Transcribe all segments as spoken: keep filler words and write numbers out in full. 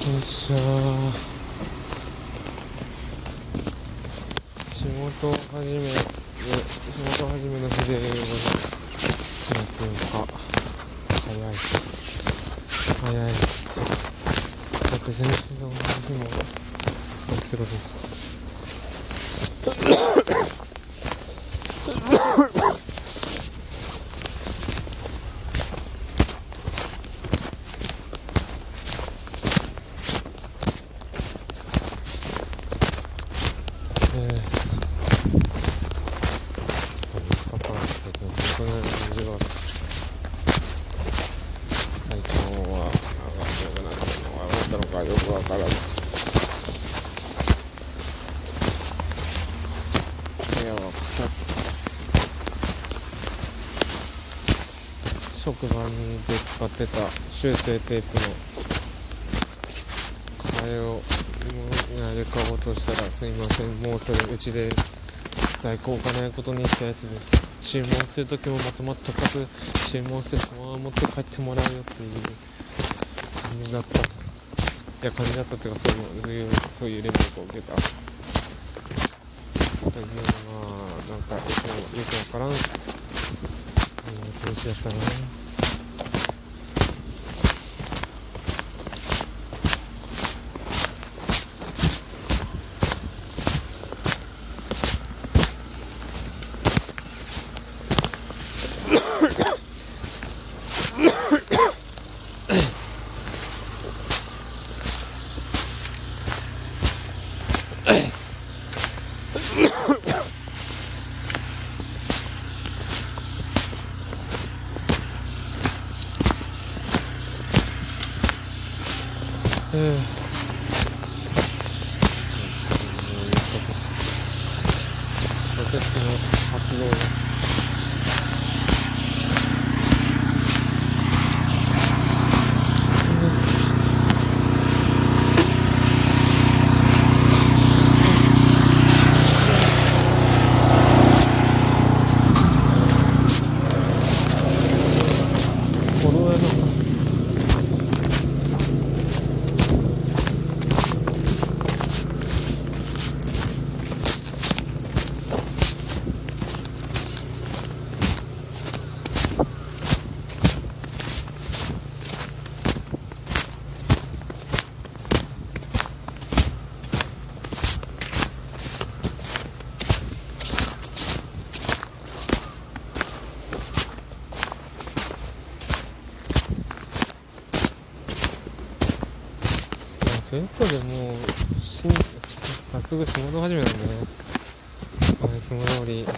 いしょー。仕事始め仕事始めの日でしがつようか。早い早い。だって先週その日もやってるぞ。よくわからない。部屋は片付けず、職場にで使ってた修正テープの替えを入れ替おうとしたら、すいません、もうそれうちで在庫置かないことにしたやつです。注文するときもまとまった数注文してそのまま持って帰ってもらうよっていう感じだった。いや感じだったっていうか、そういうそういうそういう連絡を受けた。というのはなんかよくよくわからん話だったな。ええ、私の活動が全部でもうしんすぐ仕事始めなんでね、まあ、いつも通り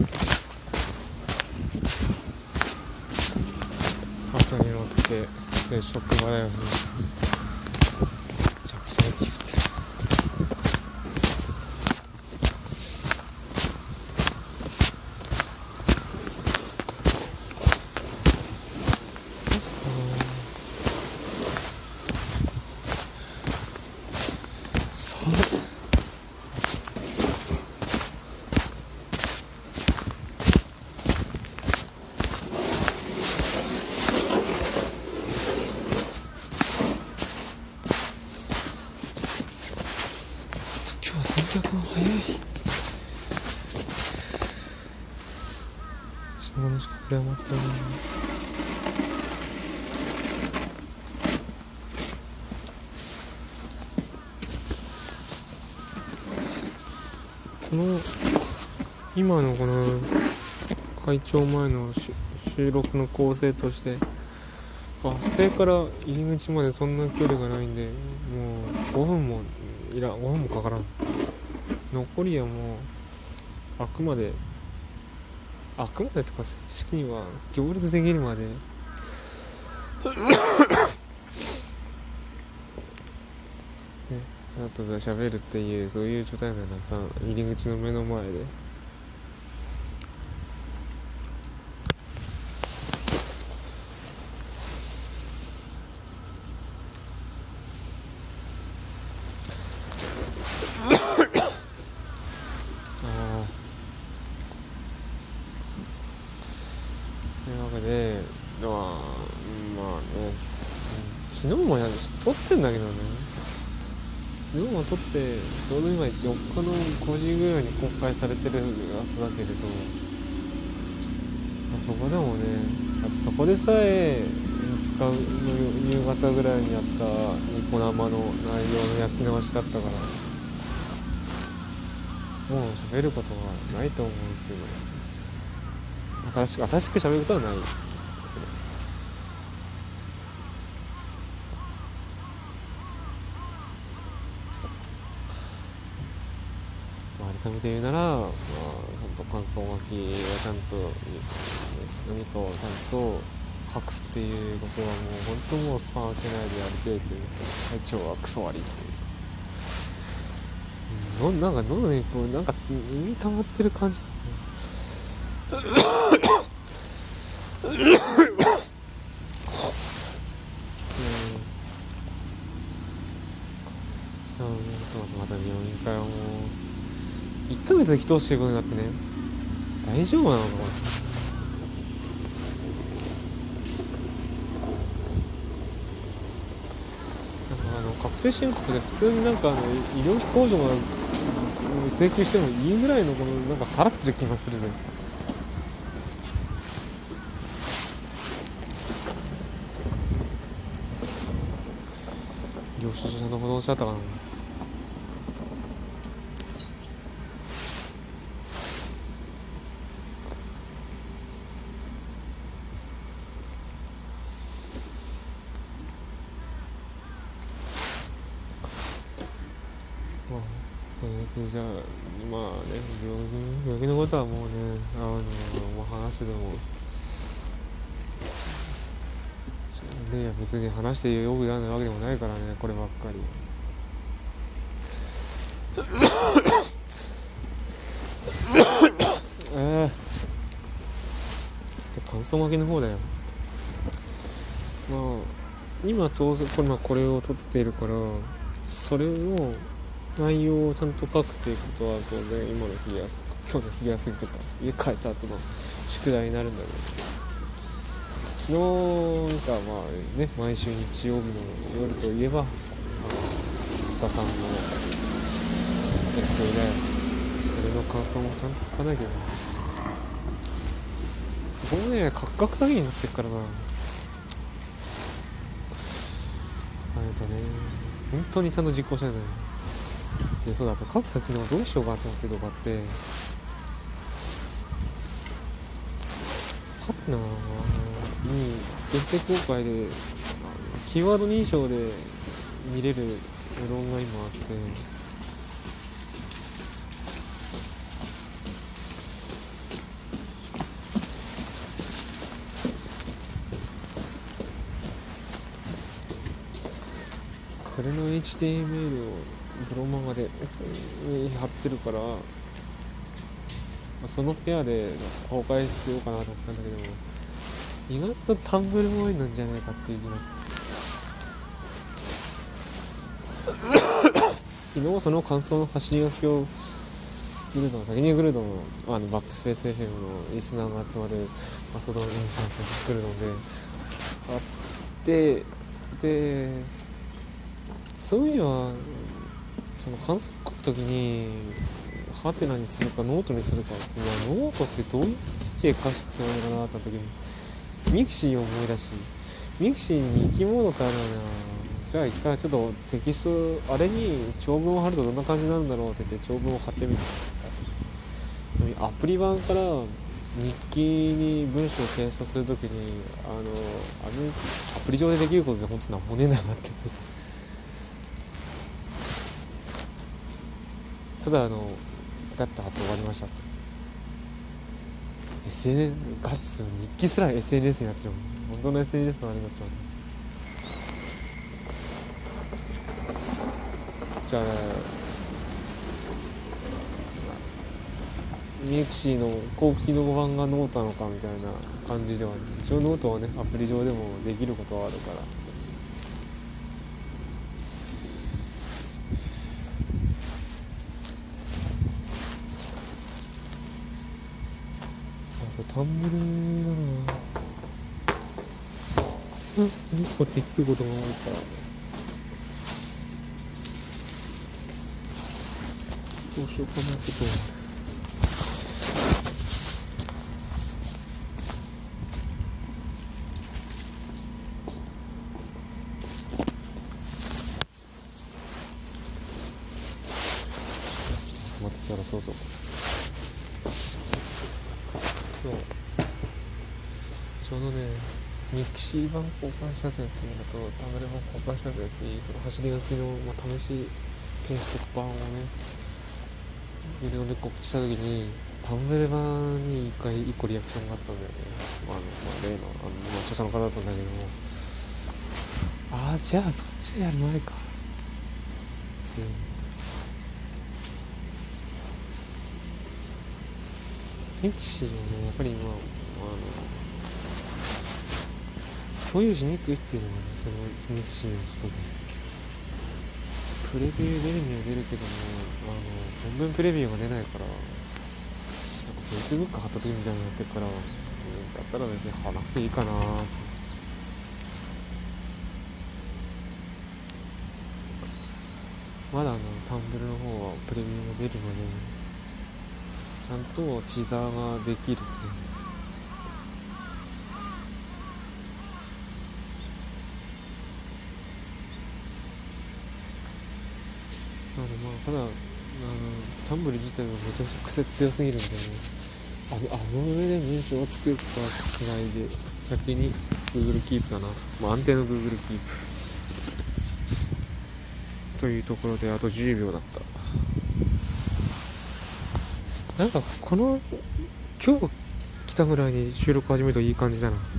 バスに乗ってで職場だよね。めちゃくちゃ雪降ってる。洗濯が早い。信号の近くで余ったな。この今のこの会長前の収録の構成として、バス停から入り口までそんな距離がないんで、もうごふんもいらごふんもかからん。残りはもうあくまであくまでとか式には行列できるまでね、あとで喋るっていうそういう状態ならさ、入り口の目の前でというわけで、まあ、まあね、昨日もやるし撮ってんだけどね。 でも撮ってちょうど今よっかのごじぐらいに公開されてるやつだけれど、まあ、そこでもね、あとそこでさえみっかの夕方ぐらいにやったニコ生の内容の焼き直しだったから、もう喋ることはないと思うんですけど、新しく新しく喋ることはない。改めて言うなら、まあ、ちゃんと感想書きはちゃんと、ね、何かをちゃんと書くっていうことはもう本当もうスパン開けないでやりてえというか、体調はクソ悪いっていう、うん、なんか喉にこうなんか耳溜まってる感じうん、また病院からもういっかげつで来通してることになってね、大丈夫なのかこれ。なんかあの確定申告で普通になんかあの医療費控除が請求してもいいぐらいのこのなんか払ってる気がするぜ。領収書の保存しちゃったかな。じゃあまあね、病気病気のことはもうね、あのもう話してでもね、いや別に話してよくなるわけでもないからね、こればっかりえーで感想負けの方だよ。まあ今当然これ、まあ、これを撮っているから、それを内容をちゃんと書くっていうことは当然今の日休み、今日の日休みとか家帰った後の宿題になるんだけど、昨日見たまあね、毎週日曜日の夜といえば、あの深さんのエッセイだよ。それの感想もちゃんと書かなきゃね。そこもね、カクカク詐欺になってるからさ、あれとね、本当にちゃんと実行しないとね。で、そうだと書く先のどうしようかと思ってるとかって、はてなに限定公開でキーワード認証で見れるうどんが今あって、それの エイチティーエムエル をブロマガで貼ってるから、そのペアで公開しようかなと思ったんだけど、意外とタンブルボーイなんじゃないかっていうぐらい昨日その感想の走り書きをグルドの先にグルドのあのバックスペース エフエム のリスナーが集まるマソドンインスタンスグルドであって、でそういう意味はその感想書くときにハテナにするかノートにするかっていうのは、ノートってどういう立ち位置で書くつもりかなって時にミクシーを思い出し、ミクシーに日記モードってあるよな。じゃあ一回ちょっとテキストあれに長文を貼るとどんな感じなんだろうって言って長文を貼ってみた。アプリ版から日記に文章を掲出するときにあのあのアプリ上でできることで本当なんもねえんだなってただあのだって貼って終わりましたって。 エスエヌエス ガチ日記すら エスエヌエス になっちゃう。本当の エスエヌエス のあれになっちゃう。じゃあミクシーの公式の版がノートなのかみたいな感じでは、ね、一応ノートはねアプリ上でもできることはあるから、タンブルだな。うん、こうやって聞くことが多いから。 どうしようかなこと待ってきたらそうそう今日ちょうどねミクシー版交換したぜっていうのとタブレ版交換したぜっていうその走り書きの、まあ、試しペースト版をねビルドで告知した時にタブレ版に一回一個リアクションがあったんだよね。あの、まあ、例のあの、まあ、著者の方だったんだけども、ああじゃあそっちでやる前かっていうミクシーはねやっぱり今あの共有しにくいっていうのがねそのミクシーの外でプレビュー出るには出るけどもあの本文プレビューが出ないからなんか Facebook 貼った時みたいになってるから、うん、だったら別に貼らなくていいかなまだあのタンブルの方はプレビューが出るまでちゃんとティザーができるっていうなのでまあただあのタンブル自体がめちゃくちゃ癖強すぎるんで、ね、あの、あの上で文章を作るかしないで先に Google Keep だな、まあ、安定の Google Keep というところであとじゅうびょうだった。なんかこの今日来たぐらいに収録始めるといい感じだな。